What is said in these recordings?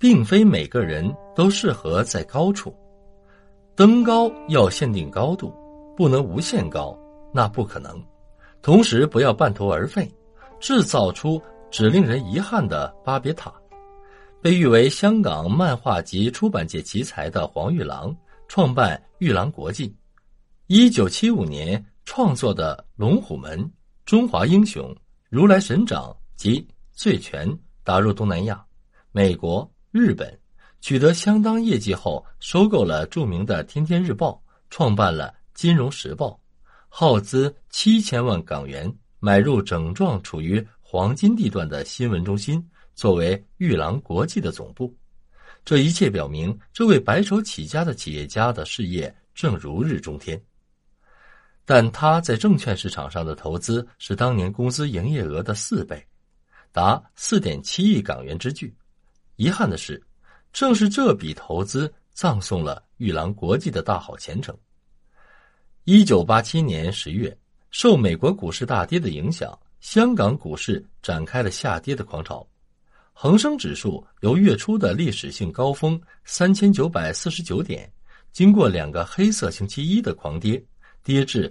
并非每个人都适合在高处。登高要限定高度，不能无限高，那不可能。同时不要半途而废，制造出只令人遗憾的巴别塔。被誉为香港漫画及出版界奇才的黄玉郎创办玉郎国际。1975年创作的《龙虎门》《中华英雄》《如来神掌》及《醉拳》打入东南亚、美国、日本，取得相当业绩后，收购了著名的《天天日报》，创办了《金融时报》，耗资7000万港元买入整幢处于黄金地段的新闻中心，作为玉郎国际的总部。这一切表明，这位白手起家的企业家的事业正如日中天。但他在证券市场上的投资是当年公司营业额的4倍，达4.7亿港元之巨。遗憾的是，正是这笔投资葬送了玉郎国际的大好前程。1987年10月，受美国股市大跌的影响，香港股市展开了下跌的狂潮。恒生指数由月初的历史性高峰3949点，经过2个黑色星期一的狂跌，跌至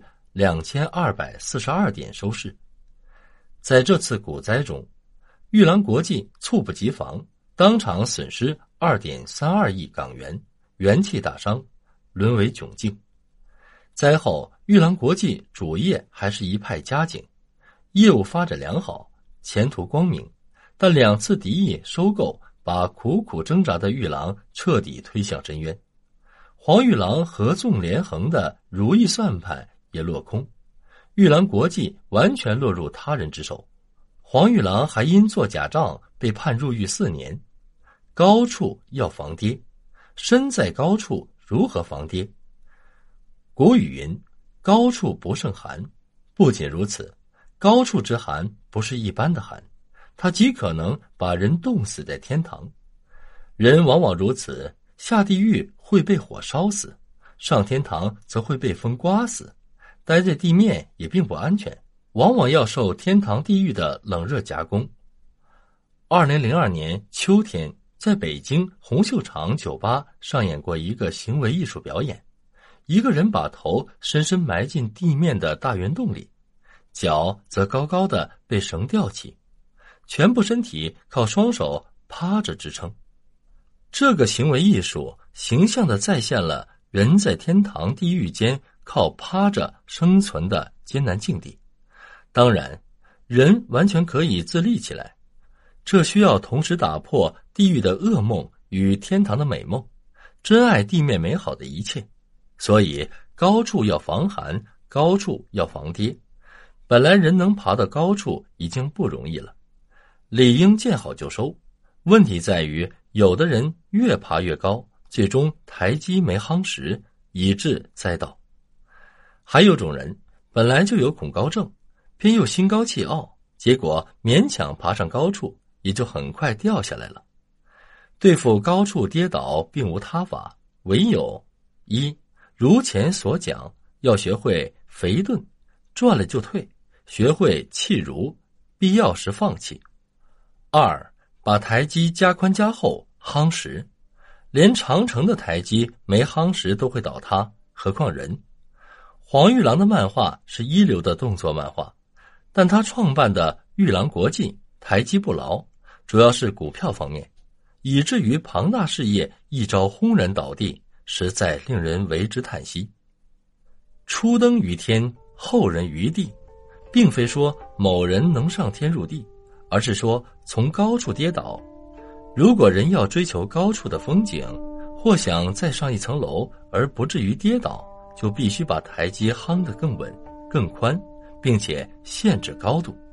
2242点收市。在这次股灾中，玉郎国际猝不及防，当场损失2.32亿港元，元气大伤，沦为窘境。灾后，玉郎国际主业还是一派佳景，业务发展良好，前途光明。但2次敌意收购把苦苦挣扎的玉郎彻底推向深渊。黄玉郎合纵连横的如意算盘也落空，玉郎国际完全落入他人之手。黄玉郎还因做假账被判入狱4年。高处要防跌，身在高处如何防跌？古语云：高处不胜寒。不仅如此，高处之寒不是一般的寒，它极可能把人冻死在天堂。人往往如此，下地狱会被火烧死，上天堂则会被风刮死。待在地面也并不安全，往往要受天堂地狱的冷热夹攻。2002年秋天，在北京红袖场酒吧上演过一个行为艺术表演。一个人把头深深埋进地面的大圆洞里，脚则高高的被绳吊起，全部身体靠双手趴着支撑。这个行为艺术形象地再现了人在天堂地狱间靠趴着生存的艰难境地。当然，人完全可以自立起来，这需要同时打破地狱的噩梦与天堂的美梦，珍爱地面美好的一切。所以高处要防寒，高处要防跌。本来人能爬到高处已经不容易了，理应见好就收。问题在于，有的人越爬越高，最终台基没夯实，以致栽倒。还有种人本来就有恐高症，偏又心高气傲，结果勉强爬上高处，也就很快掉下来了。对付高处跌倒并无他法，唯有一，如前所讲，要学会肥顿，转了就退，学会弃如，必要时放弃。2，把台基加宽加厚，夯实。连长城的台基没夯实都会倒塌，何况人？黄玉郎的漫画是一流的动作漫画，但他创办的玉郎国际台基不牢，主要是股票方面，以至于庞大事业一朝轰然倒地，实在令人为之叹息。初登于天，后人于地，并非说某人能上天入地，而是说从高处跌倒。如果人要追求高处的风景，或想再上一层楼而不至于跌倒，就必须把台阶夯得更稳、更宽，并且限制高度。